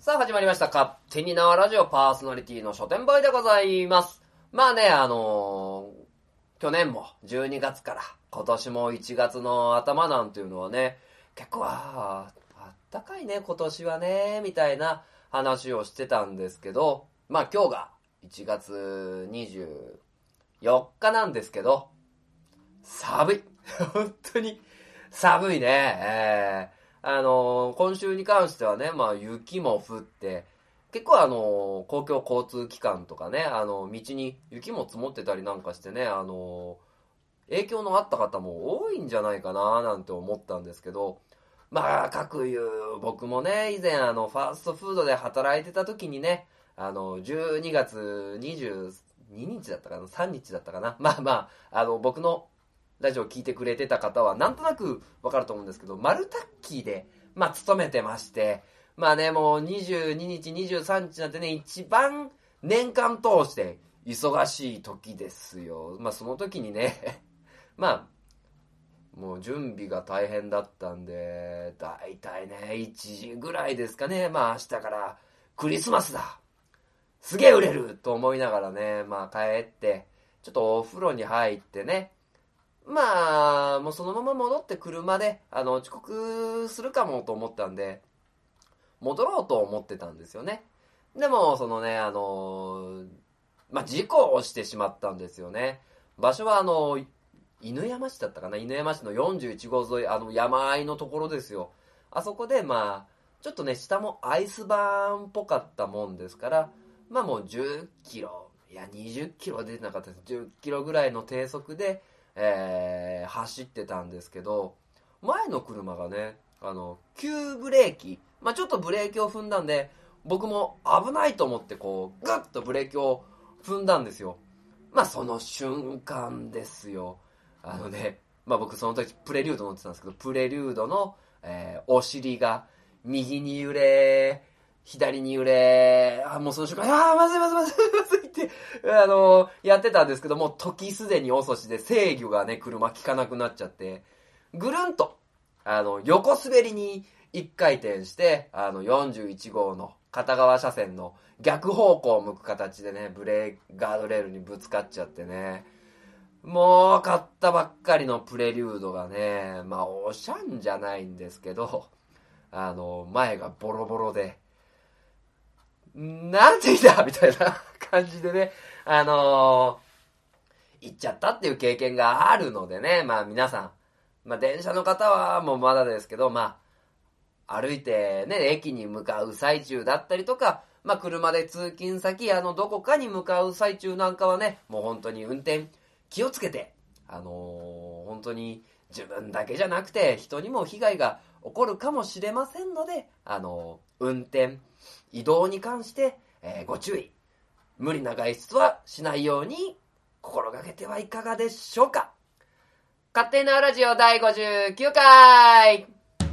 さあ始まりました。勝手に縄ラジオパーソナリティの書店ボーイでございます。まあね、去年も12月から今年も1月の頭なんていうのはね、結構あったかいね今年はね、みたいな話をしてたんですけど、まあ今日が1月24日なんですけど、寒い。本当に寒いね。今週に関してはね、まあ雪も降って、結構公共交通機関とかね、道に雪も積もってたりなんかしてね、影響のあった方も多いんじゃないかななんて思ったんですけど、まあ、各言う、僕もね、以前ファーストフードで働いてた時にね、12月22日だったかな、3日だったかな、まあまあ、僕のラジオを聞いてくれてた方はなんとなくわかると思うんですけど、マルタッキーで、まあ、勤めてまして、まあね、もう22日、23日なんてね、一番年間通して忙しい時ですよ。まあ、その時にね、まあ、もう準備が大変だったんで、だいたいね、1時ぐらいですかね、まあ明日からクリスマスだ、すげえ売れると思いながらね、まあ帰って、ちょっとお風呂に入ってね、まあ、もうそのまま戻って車で、遅刻するかもと思ったんで、戻ろうと思ってたんですよね。でも、そのね、まあ、事故をしてしまったんですよね。場所は犬山市だったかな、犬山市の41号沿い、山あいのところですよ。あそこで、まあ、ちょっとね、下もアイスバーンっぽかったもんですから、まあもう10キロ、いや20キロ出てなかったです。10キロぐらいの低速で、走ってたんですけど、前の車がね、急ブレーキ、まあちょっとブレーキを踏んだんで、僕も危ないと思ってこう、グッとブレーキを踏んだんですよ。まあその瞬間ですよ。まあ僕その時プレリュード乗ってたんですけど、プレリュードの、お尻が右に揺れ、左に揺れ、もうその瞬間、まずいって、やってたんですけども、時すでに遅しで制御がね、車効かなくなっちゃって、ぐるんと、横滑りに一回転して、41号の片側車線の逆方向を向く形でね、ガードレールにぶつかっちゃってね、もう買ったばっかりのプレリュードがね、まあおしゃんじゃないんですけど、前がボロボロで、なんていいんだみたいな感じでね、行っちゃったっていう経験があるのでね、まあ皆さん、まあ電車の方はもうまだですけど、まあ、歩いてね、駅に向かう最中だったりとか、まあ車で通勤先、どこかに向かう最中なんかはね、もう本当に運転気をつけて、本当に自分だけじゃなくて人にも被害が起こるかもしれませんので、運転、移動に関して、ご注意。無理な外出はしないように心がけてはいかがでしょうか。勝手なラジオ第59回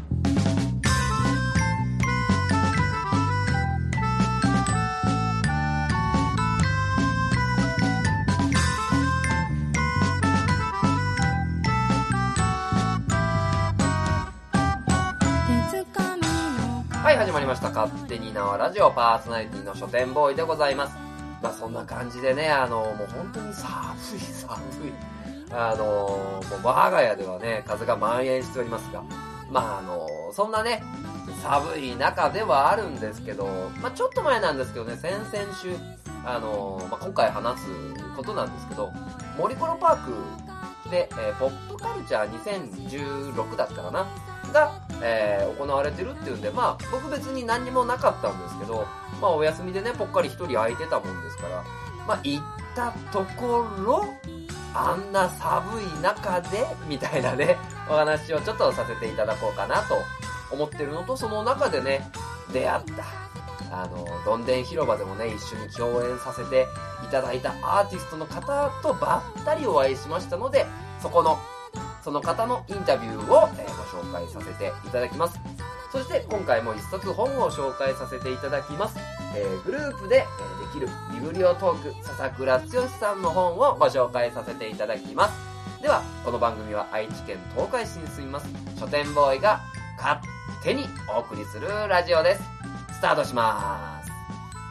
はい、始まりました。勝手に縄ラジオパーソナリティの書店ボーイでございます。まあそんな感じでね、もう本当に寒い。もう我が家ではね、風が蔓延しておりますが、まあそんなね、寒い中ではあるんですけど、まあちょっと前なんですけどね、先々週、まあ今回話すことなんですけど、森コロパークで、ポップカルチャー2016だったかなが、行われてるっていうんで、まあ僕別に何にもなかったんですけど、まあお休みでね、ぽっかり一人空いてたもんですから、まあ行ったところ、あんな寒い中でみたいなね、お話をちょっとさせていただこうかなと思ってるのと、その中でね、出会ったどんでん広場でもね、一緒に共演させていただいたアーティストの方とばったりお会いしましたので、その方のインタビューを、ご紹介させていただきます。そして今回も一冊本を紹介させていただきます。グループで、できるビブリオトーク笹倉剛さんの本をご紹介させていただきます。ではこの番組は愛知県東海市に住みます書店ボーイが勝手にお送りするラジオです。ススタートします。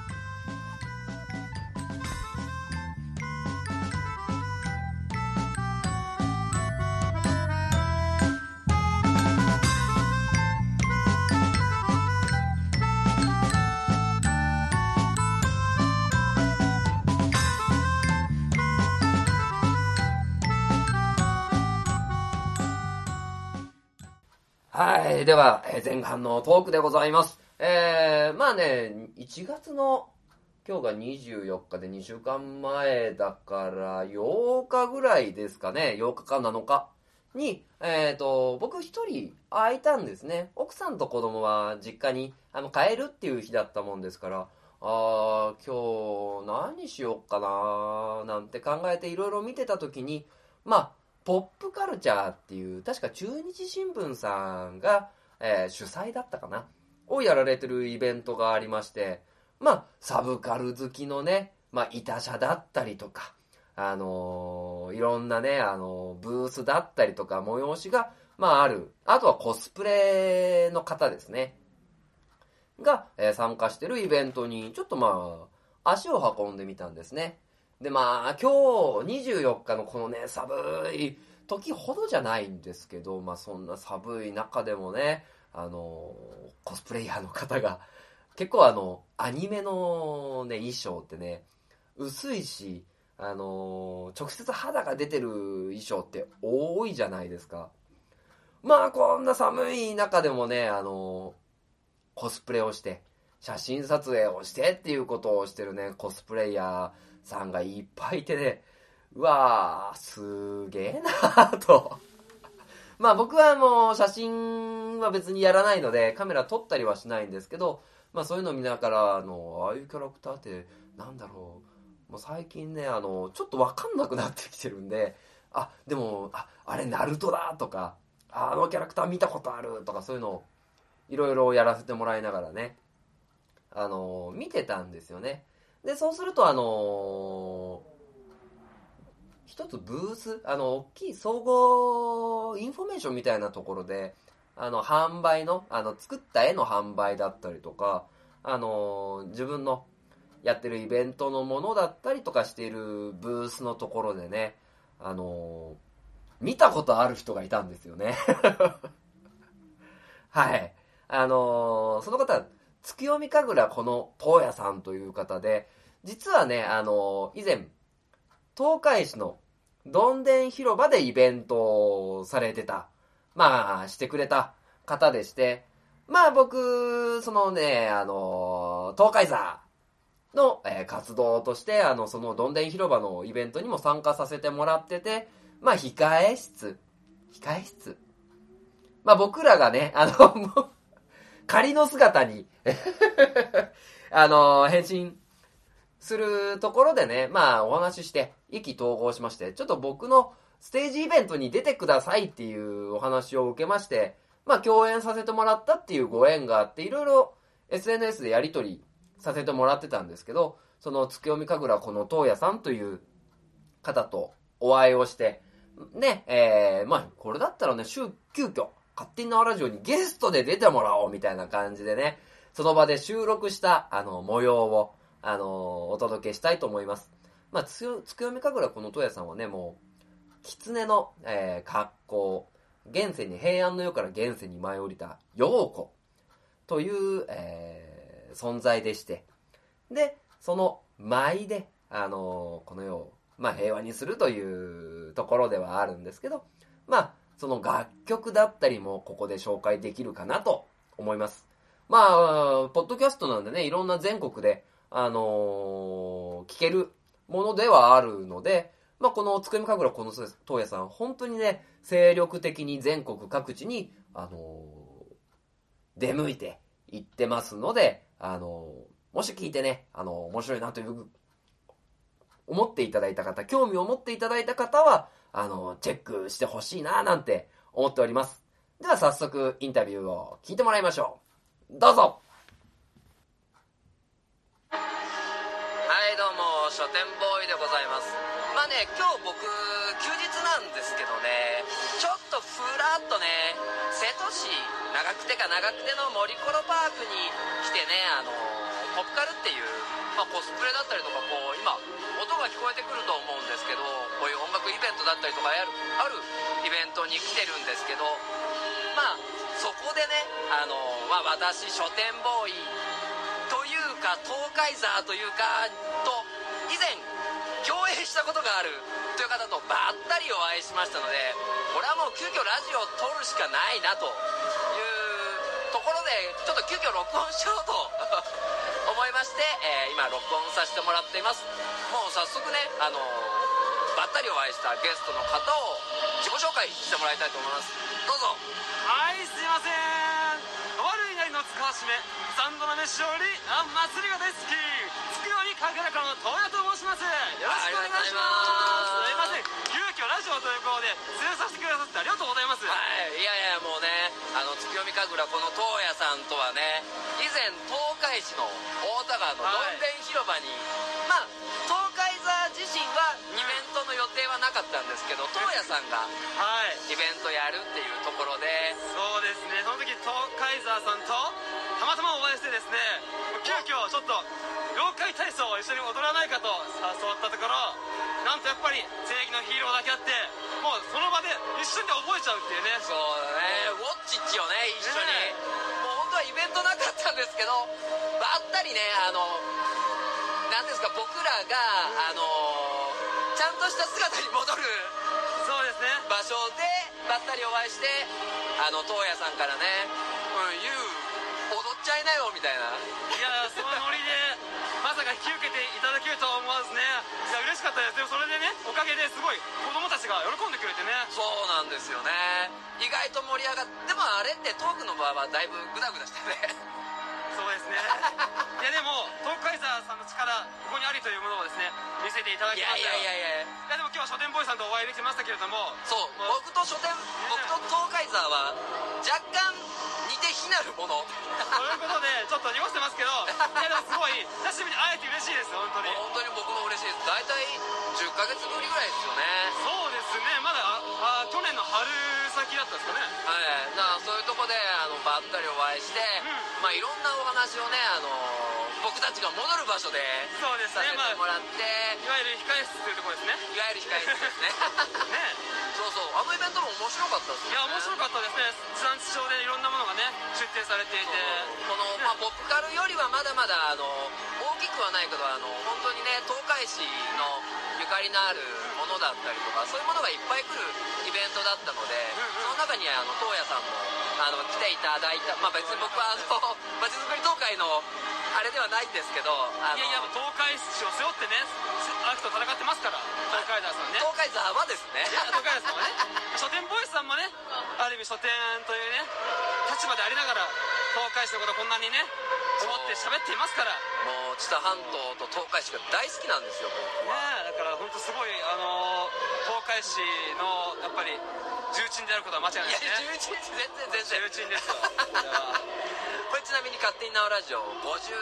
はい。では、前半のトークでございます。まあね、1月の、今日が24日で2週間前だから8日ぐらいですかね。8日か7日に、僕一人空いたんですね。奥さんと子供は実家に帰るっていう日だったもんですから、今日何しよっかななんて考えていろいろ見てた時に、まあ、ポップカルチャーっていう、確か中日新聞さんが、主催だったかなをやられてるイベントがありまして、まあ、サブカル好きのね、まあ、板車だったりとか、いろんなね、ブースだったりとか、催しが、まあ、ある。あとはコスプレの方ですね。が、参加してるイベントに、ちょっとまあ、足を運んでみたんですね。で、まあ、今日24日のこのね、寒い時ほどじゃないんですけど、まあ、そんな寒い中でもね、コスプレイヤーの方が、結構アニメのね、衣装ってね、薄いし、直接肌が出てる衣装って多いじゃないですか。まあ、こんな寒い中でもね、コスプレをして、写真撮影をしてっていうことをしてるね、コスプレイヤーさんがいっぱいいてね、うわー、すげえなーと。まあ僕はもう写真は別にやらないので、カメラ撮ったりはしないんですけど、まあそういうのを見ながら、ああいうキャラクターってなんだろう。もう最近ね、ちょっとわかんなくなってきてるんで、でも、あれナルトだとか、あのキャラクター見たことあるとかそういうのをいろいろやらせてもらいながらね、見てたんですよね。で、そうすると一つブース、大きい総合インフォメーションみたいなところで、販売の、作った絵の販売だったりとか、自分のやってるイベントのものだったりとかしているブースのところでね、見たことある人がいたんですよね。はい。その方、月読み神楽この東野さんという方で、実はね、以前、東海市のどんでん広場でイベントをされてた、まあ、してくれた方でして、まあ僕、そのね、東海座の、活動として、そのどんでん広場のイベントにも参加させてもらってて、まあ控え室。まあ僕らがね、もう仮の姿に変身するところでね、まあお話しして、意気投合しまして、ちょっと僕のステージイベントに出てくださいっていうお話を受けまして、まあ共演させてもらったっていうご縁があって、いろいろ SNS でやり取りさせてもらってたんですけど、その月読み神楽この東野さんという方とお会いをして、ね、まあこれだったらね、急遽、勝手に縄ラジオにゲストで出てもらおうみたいな感じでね、その場で収録した模様をお届けしたいと思います。まあ、月読み神楽この東野さんはね、もう、狐の、格好、現世に平安の世から現世に舞い降りた陽子という、存在でして、で、その舞で、この世を、まあ、平和にするというところではあるんですけど、まあ、その楽曲だったりもここで紹介できるかなと思います。まあ、ポッドキャストなんでね、いろんな全国で、聞けるものではあるので、まあ、このつくみ神楽この東野さん、本当にね、精力的に全国各地に、出向いて行ってますので、もし聞いてね、面白いなという思っていただいた方、興味を持っていただいた方は、チェックしてほしいななんて思っております。では早速インタビューを聞いてもらいましょう。どうぞ。はいどうも、書店ボーイでございます。まあね、今日僕休日なんですけどね、ちょっとふらっとね、 瀬戸市長久手の森コロパークに来てね、ポプカルっていう、コスプレだったりとか、今音が聞こえてくると思うんですけど、こういう音楽イベントだったりとかあるイベントに来てるんですけど、そこでね、私書店ボーイというか東海座というかと以前共演したことがあるという方とばったりお会いしましたので、これはもう急遽ラジオを撮るしかないなというところで、ちょっと急遽録音しようと思いまして、今録音させてもらっています。もう早速ね、ばったりお会いしたゲストの方を自己紹介してもらいたいと思います。どうぞ。 はい、すいません。悪いなりの塚橋め三度の飯より祭りが大好きつくよにかけらかの東野と申します。よろしくお願いします。すいません、急遽ラジオということで出演させてくださってありがとうございます。 はい、いやもうね、月読み神楽この東野さんとはね、以前東海市の太田川のどんでん広場に、東海座自身はイベントの予定はなかったんですけど、東野さんがイベントやるっていうところで、 そうですね、その時東海座さんとたまたまお会いしてですね、急遽ちょっと妖怪体操を一緒に踊らないかと誘ったところ、なんとやっぱり正義のヒーローだけあって、もうその場で一瞬で覚えちゃうっていうね。 そうだね、ウォッチッチをね一緒に、もう本当はイベントなかったんですけど、ばったりね、なんですか、僕らが、ちゃんとした姿に戻るそうですね、 場所でばったりお会いして、東野さんからね「ユウ踊っちゃいなよ」みたいな。 いや、そのノリでまさか引き受けていただけるとは思わずね、いや嬉しかったです。でもそれでね、おかげですごい子供たちが喜んでくれてね。 そうなんですよね、意外と盛り上がって。でもあれってトークの場はだいぶグダグダしてね。 そうですね。いやでも東海座さんの力ここにありというものをですね見せていただきましたよ。いやでも今日は書店ボーイさんとお会いできましたけれども、 そう僕と東海座は若干似て非なるものということでちょっと濁してますけど、いやでもすごい久しぶりに会えて嬉しいです。本当に僕も嬉しいです。大体10ヶ月ぶりぐらいですよね。 そうですね、まだ去年の春先だったんですかね。 はい、そういうとこでばったりお会いして、いろんなお話をね、僕たちが戻る場所でそうですね、 させてもらって、 いわゆる控え室というところですね。 いわゆる控え室ですね。 ね、 そうイベントも面白かったですよね。 いや面白かったですね。地産地消でいろんなものがね出展されていて、 この、ポップカルよりはまだまだ大きくはないけど、本当にね東海市のゆかりのあるものだったりとか、そういうものがいっぱい来るイベントだったので、その中に東野さんも来ていただいた。別に僕はまちづくり東海のあれではないんですけど、 いや東海市を背負ってね秋と戦ってますから、東海座さんね。 東海座はですね、 東海座さんはね、書店ボーイスさんもね、ある意味書店というね立場でありながら東海市のことをこんなにね思って喋っていますから。 もう知多半島と東海市が大好きなんですよ僕は。 ね、だから本当すごい東海市のやっぱり重鎮であることは間違いないですね。 いや重鎮全然重鎮ですよ。 これちなみに勝手に縄ラジオ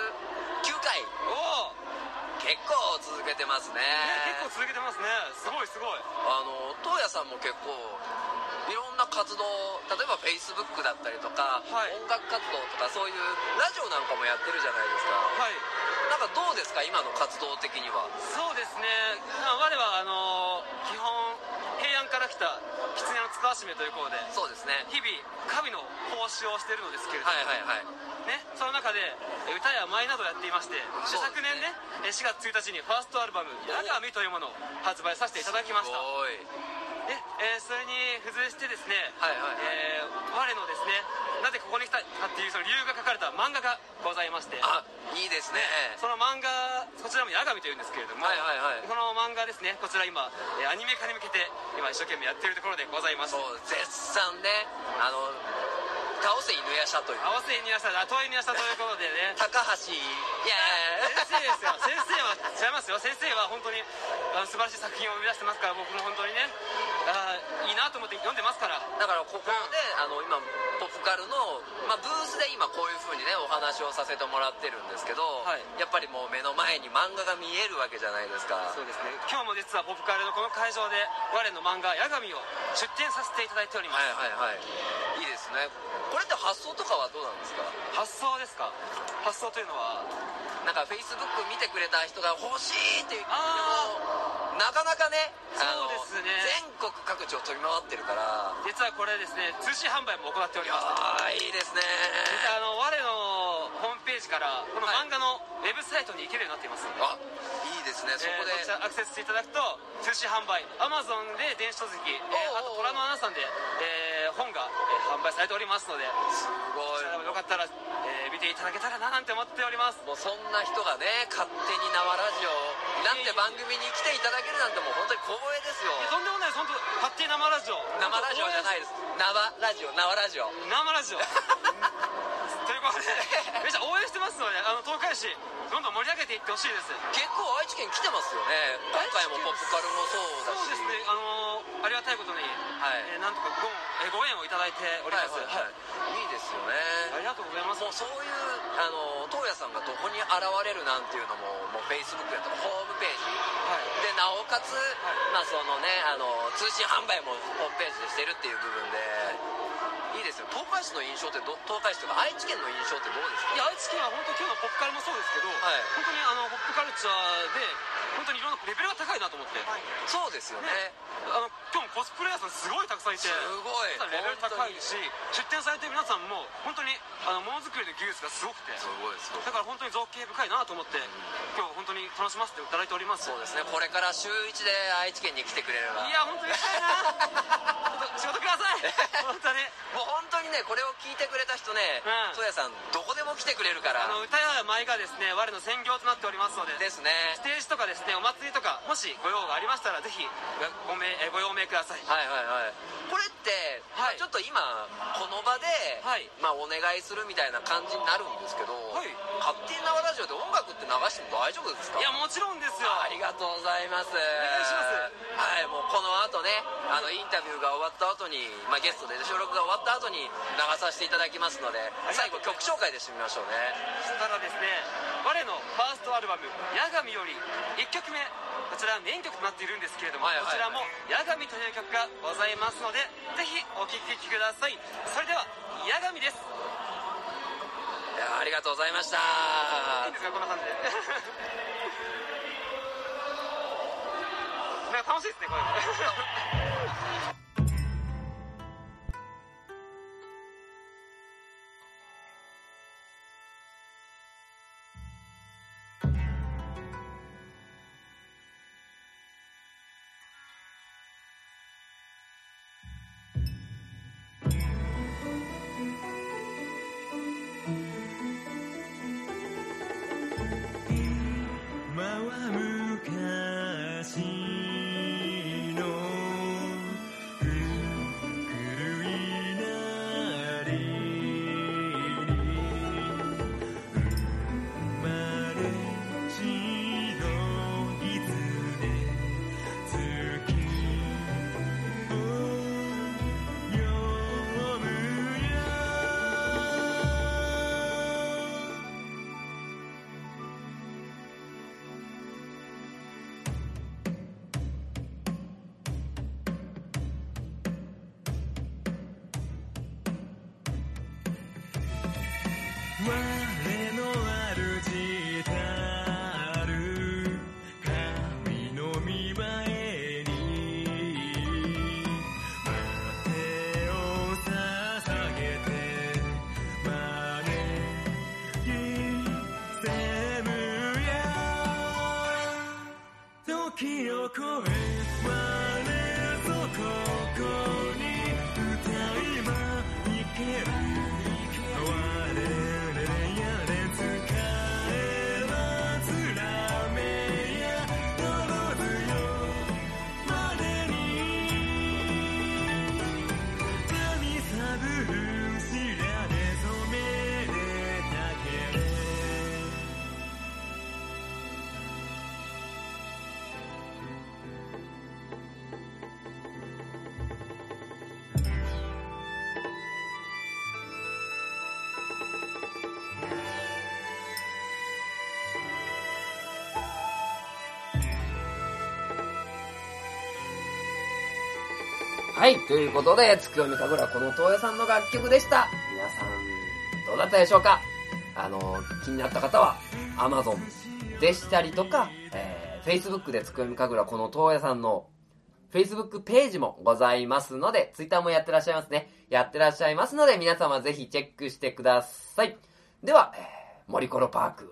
59回、 おお結構続けてますね。 結構続けてますね。すごいすごい。 東野さんも結構いろんな活動、例えば Facebook だったりとか、音楽活動とか、そういうラジオなんかもやってるじゃないですか。 はい。 なんかどうですか今の活動的には。 そうですね、我は基本平安から来た狐の塚橋めということで、 そうですね、 日々神の奉仕をしているのですけれども、ね、その中で歌や舞などやっていまして、昨年ね4月1日にファーストアルバム「八神」というものを発売させていただきました。で、それに付随してですね、我のですね、なぜここに来たかっていうその理由が書かれた漫画がございまして、 いいですね。 その漫画、こちらも八神というんですけれども、この漫画ですね、こちら今アニメ化に向けて今一生懸命やっているところでございます。 そう絶賛ね、倒せ犬夜叉という、 倒せ犬夜叉だ、遠い犬夜叉ということでね、 高橋、いや先生ですよ。先生は違いますよ。先生は本当に素晴らしい作品を生み出してますから、僕も本当にねいいなと思って読んでますから。 だからここで、今ポプカルの、ブースで今こういう風にねお話をさせてもらってるんですけど、やっぱりもう目の前に漫画が見えるわけじゃないですか。 そうですね、今日も実はポプカルのこの会場で我の漫画「八神」を出展させていただいております。 いいですですね。これって発送とかはどうなんですか？ 発送ですか？発送というのはなんか Facebook 見てくれた人が欲しいって言ってもなかなかね、 そうですね、 全国各地を飛び回ってるから。 実はこれですね、通信販売も行っております。 いいですね。 我のホームページからこの漫画のウェブサイトに行けるようになっていますので、 いいですね。そこで、 こちらアクセスしていただくと通信販売 Amazon で電子書籍、あと虎の穴さんで、本が、販売されておりますので、 すごい、 よかったら、見ていただけたらななんて思っております。 もうそんな人がね、勝手に生ラジオなんて番組に来ていただけるなんてもう本当に光栄ですよ。 とんでもないです。本当勝手に生ラジオじゃないです。生ラジオということでめっちゃ応援してますので、東海市どんどん盛り上げていってほしいです。 結構愛知県来てますよね。今回もポップカルもそうだし。 そうですね、ありがたいことに、なんとかご縁をいただいております。 いいですよね。 ありがとうございます。 もうそういう東野さんがどこに現れるなんていうのも、もう Facebook やとかホームページ、でなおかつ、そのね、通信販売もホームページでしてるっていう部分でいいですよ。東海市の印象って東海市とか愛知県の印象ってどうですか？ いや、愛知県は本当に今日のポップカルもそうですけど、本当にポップカルチャーで本当にいろんなレベルが高いなと思って、 そうですよね。 今日もコスプレイヤーさんすごいたくさんいて、 すごいレベル高いし、出展されてる皆さんも本当にものづくりの技術がすごくて、 すごいです。 だから本当に造形深いなと思って、今日本当に楽しませていただいております。 そうですね。これから週1で愛知県に来てくれれば、 いや本当に行きたいな仕事ください本当にもう本当にね、これを聞いてくれた人ね、戸谷さんどこでも来てくれるから。 歌や舞がですね、我の専業となっておりますのでですね。 ステージとかですね、お祭りとかもしご用がありましたらぜひご用命ください。 これって、ちょっと今この場で、お願いするみたいな感じになるんですけど、勝手に生ラジオで音楽って流しても大丈夫ですか？ いや、もちろんですよ。 ありがとうございます。お願いします。 もうこの後ね、インタビューが終わった後に、ゲストで収録が終わった後に流させていただきますので、最後曲紹介でしてみましょうね。 そしたらですね、我のファーストアルバム「八神」より1曲目、こちらメイン曲となっているんですけれども、こちらも「八神」という曲がございますので、ぜひお聴きください。それでは「八神」です。 いや、ありがとうございました。 いいんですか、こんな感じでなんか楽しいですね、これはい、ということで、月読みかぐらこの東野さんの楽曲でした。皆さん、どうだったでしょうか？気になった方は、Amazon でしたりとか、Facebook で月読みかぐらこの東野さんの Facebook ページもございますので、Twitter もやってらっしゃいますね。やってらっしゃいますので、皆様ぜひチェックしてください。では、森コロパーク、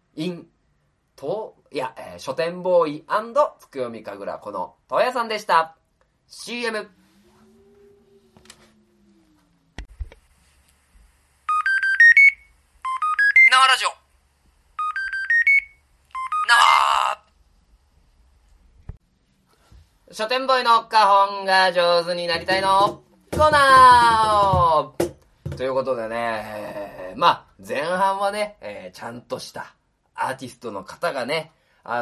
書店ボーイ&つくよみかぐらこの東野さんでした。CM。 縄ラジオ。 書店ボーイの花本が上手になりたいのコーナーということでね、前半はね、ちゃんとしたアーティストの方がね、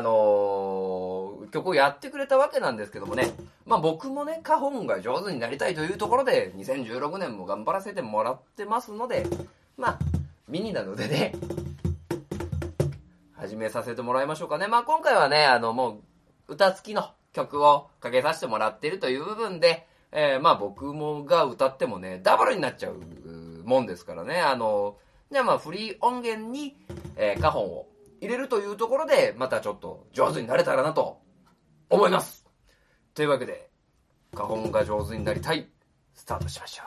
曲をやってくれたわけなんですけどもね、僕もね、花本が上手になりたいというところで、2016年も頑張らせてもらってますので、ミニなのでね、始めさせてもらいましょうかね。今回はね、もう、歌付きの曲をかけさせてもらっているという部分で、僕もが歌ってもね、ダブルになっちゃうもんですからね、じゃあフリー音源に、花本を入れるというところで、またちょっと上手になれたらなと思います。というわけで、花本が上手になりたい、スタートしましょう。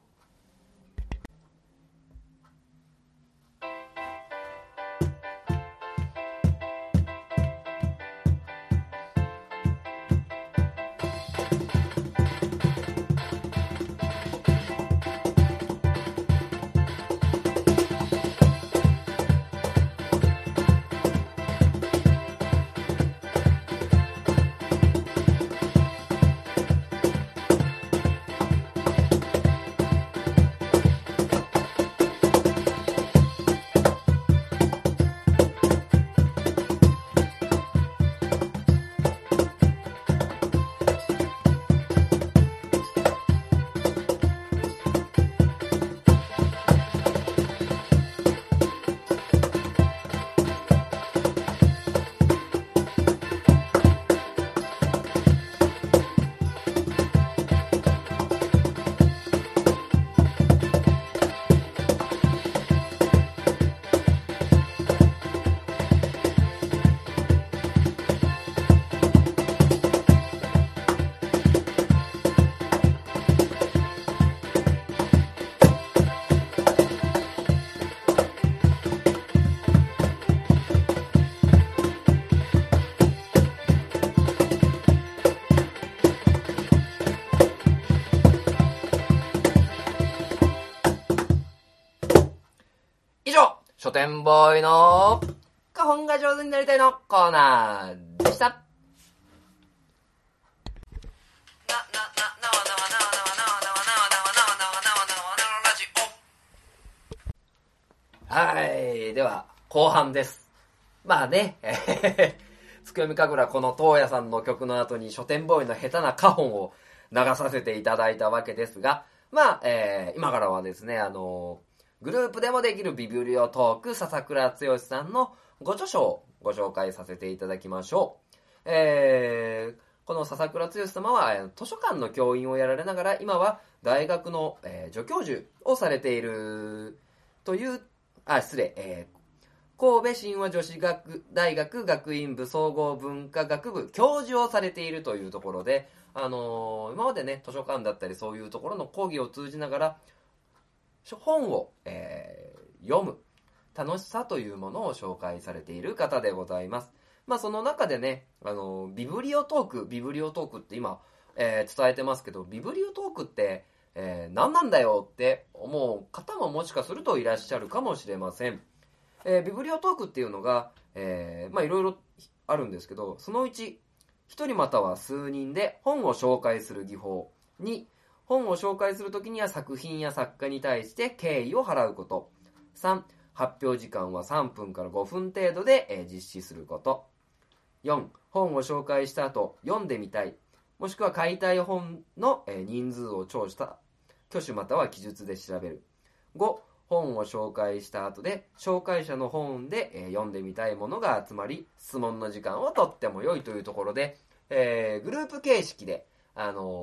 書店ボーイの花本が上手になりたいのコーナーでした。はい、では後半です。つくよみかぐらこの東野さんの曲の後に書店ボーイの下手な花本を流させていただいたわけですが、今からはですね、グループでもできるビブリオトーク笹倉剛さんのご著書をご紹介させていただきましょう。この笹倉剛様は図書館の教員をやられながら今は大学の、助教授をされているという、神戸神話女子大学学院部総合文化学部教授をされているというところで、今までね、図書館だったりそういうところの講義を通じながら本を、読む楽しさというものを紹介されている方でございます。その中でね、ビブリオトークって今、伝えてますけど、ビブリオトークって、何なんだよって思う方ももしかするといらっしゃるかもしれません。ビブリオトークっていうのが、いろいろあるんですけど、そのうち一人または数人で本を紹介する技法に、本を紹介するときには作品や作家に対して敬意を払うこと。3、発表時間は3分から5分程度で実施すること。4、本を紹介した後、読んでみたい。もしくは買いたい本の人数を調した挙手または記述で調べる。5、本を紹介した後で紹介者の本で読んでみたいものが集まり、質問の時間をとっても良いというところで、グループ形式で、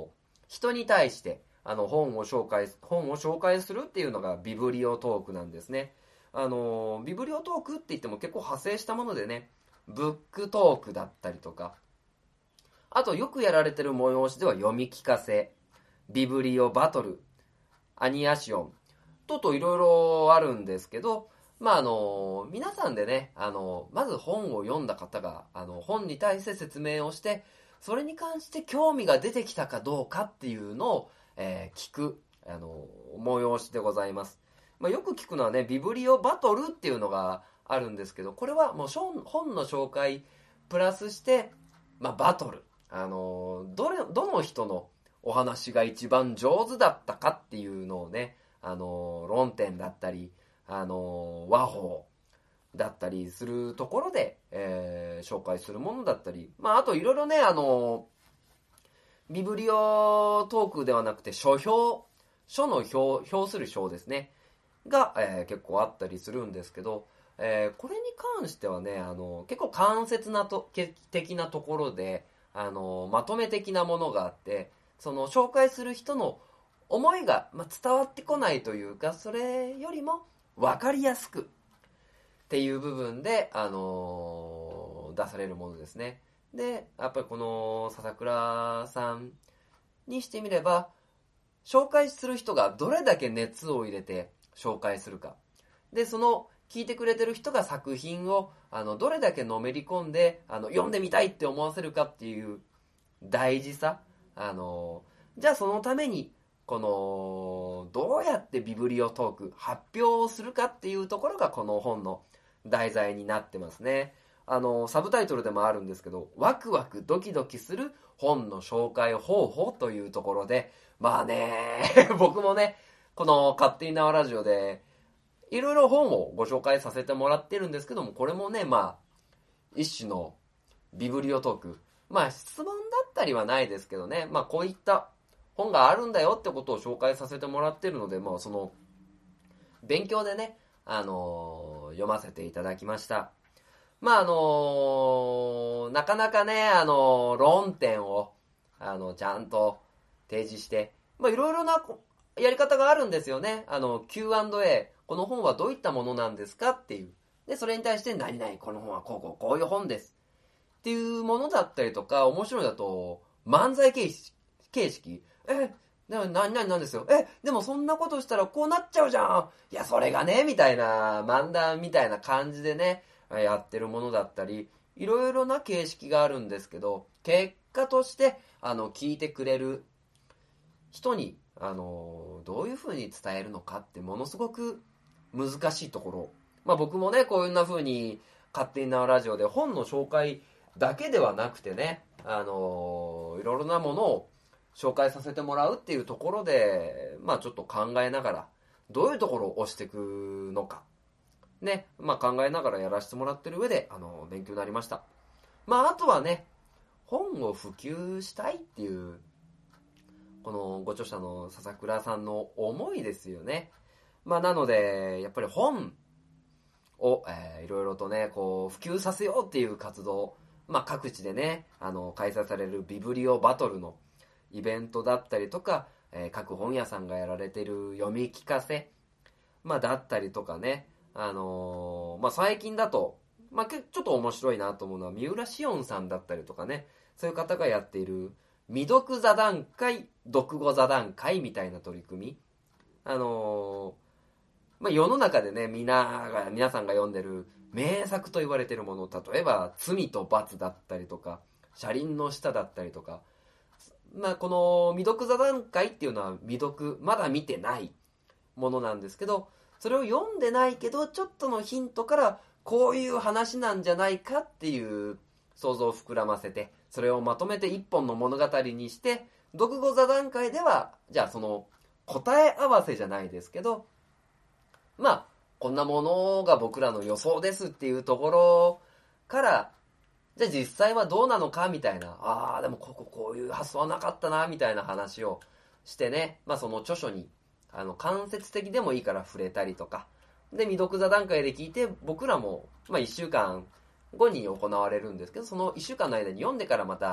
人に対して本を紹介するっていうのがビブリオトークなんですね。ビブリオトークって言っても結構派生したものでね、ブックトークだったりとか、あとよくやられてる催しでは読み聞かせ、ビブリオバトル、アニアシオンといろいろあるんですけど、皆さんでね、まず本を読んだ方が本に対して説明をして、それに関して興味が出てきたかどうかっていうのを、聞く催しでございます。よく聞くのはね、ビブリオバトルっていうのがあるんですけど、これはもう本の紹介プラスして、バトル。どの人のお話が一番上手だったかっていうのをね、論点だったり、和法だったりするところで、紹介するものだったり、あといろいろね、ビブリオトークではなくて書の表する書ですね。が、結構あったりするんですけど、これに関してはね、結構間接的なところで、まとめ的なものがあって、その紹介する人の思いが、伝わってこないというか、それよりも分かりやすくっていう部分で、出されるものですね。で、やっぱりこの笹倉さんにしてみれば、紹介する人がどれだけ熱を入れて紹介するか。で、その聞いてくれてる人が作品をどれだけのめり込んで読んでみたいって思わせるかっていう大事さ。じゃあそのためにどうやってビブリオトーク発表をするかっていうところがこの本の題材になってますね。サブタイトルでもあるんですけど、ワクワクドキドキする本の紹介方法というところで、僕もね、この勝手に縄ラジオでいろいろ本をご紹介させてもらってるんですけども、これもね、一種のビブリオトーク。質問だったりはないですけどね、こういった本があるんだよってことを紹介させてもらってるので、その勉強でね、読ませていただきました。なかなかね、論点をちゃんと提示して、いろいろなやり方があるんですよね。Q&A、この本はどういったものなんですかっていう。で、それに対して、何々、この本はこういう本です。っていうものだったりとか、面白いだと、漫才形式。何ですよ。でもそんなことしたらこうなっちゃうじゃん。いや、それがね、みたいな、漫談みたいな感じでね、やってるものだったり、いろいろな形式があるんですけど、結果として、聞いてくれる人に、どういう風に伝えるのかってものすごく難しいところ。僕もね、こういう風に勝手に縄ラジオで本の紹介だけではなくてね、いろいろなものを紹介させてもらうっていうところで、ちょっと考えながら、どういうところを押していくのか、ね、考えながらやらせてもらってる上で、勉強になりました。あとはね、本を普及したいっていう、このご著者の笹倉さんの思いですよね。なので、やっぱり本を、いろいろとね、普及させようっていう活動、各地でね、開催されるビブリオバトルのイベントだったりとか、各本屋さんがやられてる読み聞かせ、だったりとかね、最近だと、ちょっと面白いなと思うのは、三浦紫音さんだったりとかね、そういう方がやっている、未読座談会、読語座談会みたいな取り組み。世の中でね、皆さんが読んでる名作と言われているもの、例えば、罪と罰だったりとか、車輪の下だったりとか、この未読座談会っていうのはまだ見てないものなんですけど、それを読んでないけど、ちょっとのヒントから、こういう話なんじゃないかっていう想像を膨らませて、それをまとめて一本の物語にして、読語座談会では、じゃあその答え合わせじゃないですけど、こんなものが僕らの予想ですっていうところから、じゃあ実際はどうなのかみたいな、でもこういう発想はなかったなみたいな話をしてね、その著書に間接的でもいいから触れたりとか、で未読座談会で聞いて、僕らも1週間後に行われるんですけど、その1週間の間に読んでからまた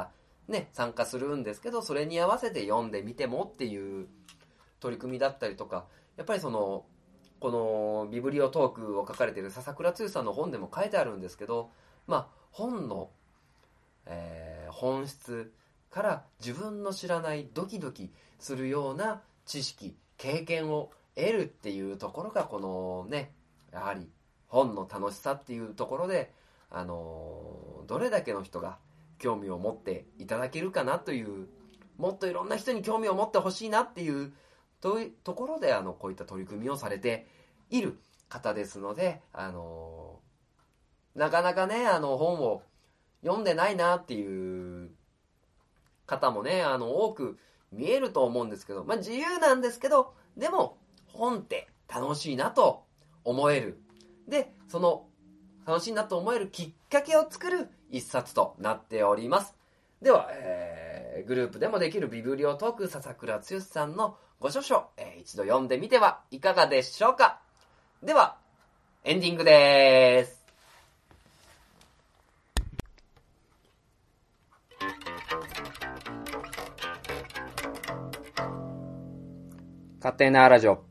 ね、参加するんですけど、それに合わせて読んでみてもっていう取り組みだったりとか、やっぱりこのビブリオトークを書かれている笹倉剛さんの本でも書いてあるんですけど、本の、本質から自分の知らないドキドキするような知識、経験を得るっていうところがこのね、やはり本の楽しさっていうところで、どれだけの人が興味を持っていただけるかなという、もっといろんな人に興味を持ってほしいなっていうところでこういった取り組みをされている方ですので、なかなかね本を読んでないなっていう方もね多く見えると思うんですけど、自由なんですけど、でも本って楽しいなと思える、でその楽しいなと思えるきっかけを作る一冊となっております。では、グループでもできるビブリオトーク笹倉剛さんのご著書、一度読んでみてはいかがでしょうか。ではエンディングです。勝手なラジオ。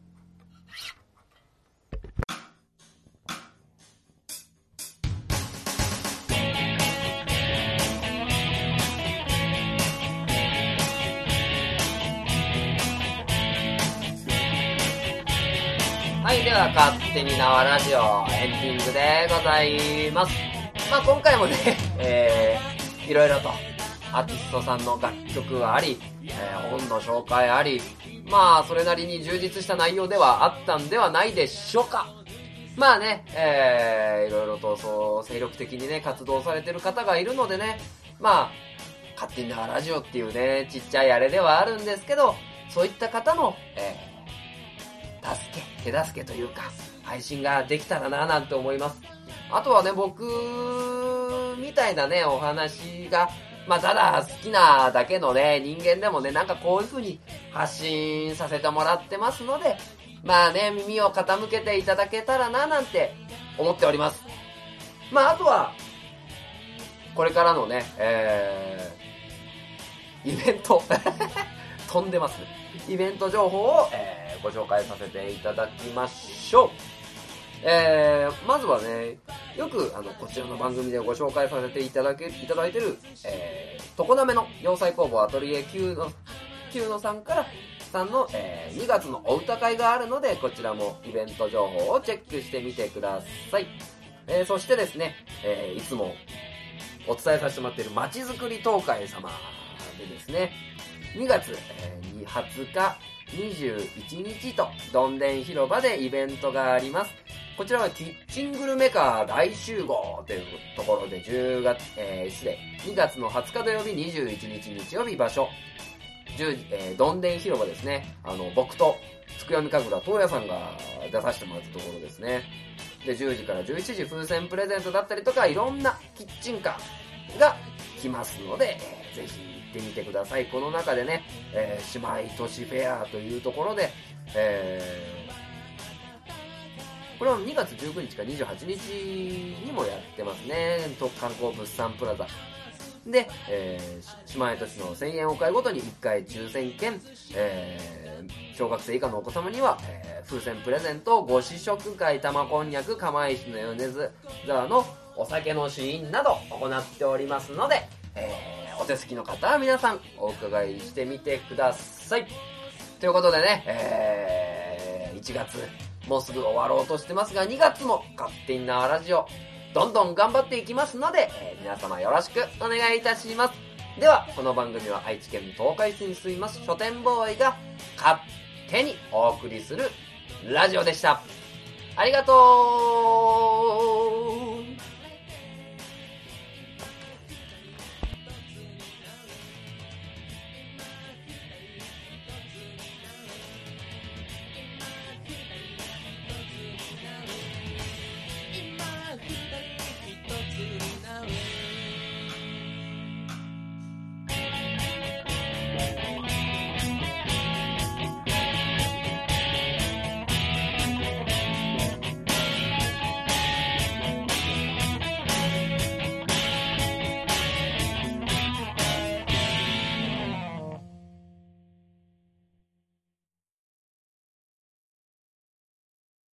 はい、では勝手に縄ラジオエンディングでございます。今回もね、いろいろとアーティストさんの楽曲あり、本の紹介あり、それなりに充実した内容ではあったんではないでしょうか。いろいろと精力的にね活動されてる方がいるのでね、勝手に縄ラジオっていうねちっちゃいあれではあるんですけど、そういった方の、手助けというか配信ができたらななんて思います。あとはね、僕みたいなねお話がただ好きなだけのね人間でもね、こういう風に発信させてもらってますので、耳を傾けていただけたらななんて思っております。あとはこれからのね、イベント飛んでますイベント情報を、ご紹介させていただきましょう。まずはね、よくこちらの番組でご紹介させていただいてる、常滑の洋裁工房アトリエ9のさんの、2月のお歌会があるので、こちらもイベント情報をチェックしてみてください。そしてですね、いつもお伝えさせてもらっているまちづくり東海様でですね、2月20日21日とどんでん広場でイベントがあります。こちらはキッチングルメカー大集合というところで2月の20日土曜日、21日日曜日、場所どんでん広場ですね。僕とつくよみかぐら東野さんが出させてもらったところですね。で、10時から11時風船プレゼントだったりとか、いろんなキッチンカーが来ますので、ぜひ行ってみてください。この中でね、姉妹都市フェアというところで、これは2月19日か28日にもやってますね。観光物産プラザで、姉妹都市の1000円お買いごとに1回抽選券、小学生以下のお子様には、風船プレゼント、ご試食会、玉こんにゃく、釜石の米沢のお酒の試飲など行っておりますので、お手すきの方は皆さんお伺いしてみてください。ということでね、1月もうすぐ終わろうとしてますが、2月も勝手に縄ラジオどんどん頑張っていきますので、皆様よろしくお願いいたします。では、この番組は愛知県東海市に住みます書店ボーイが勝手にお送りするラジオでした。ありがとう。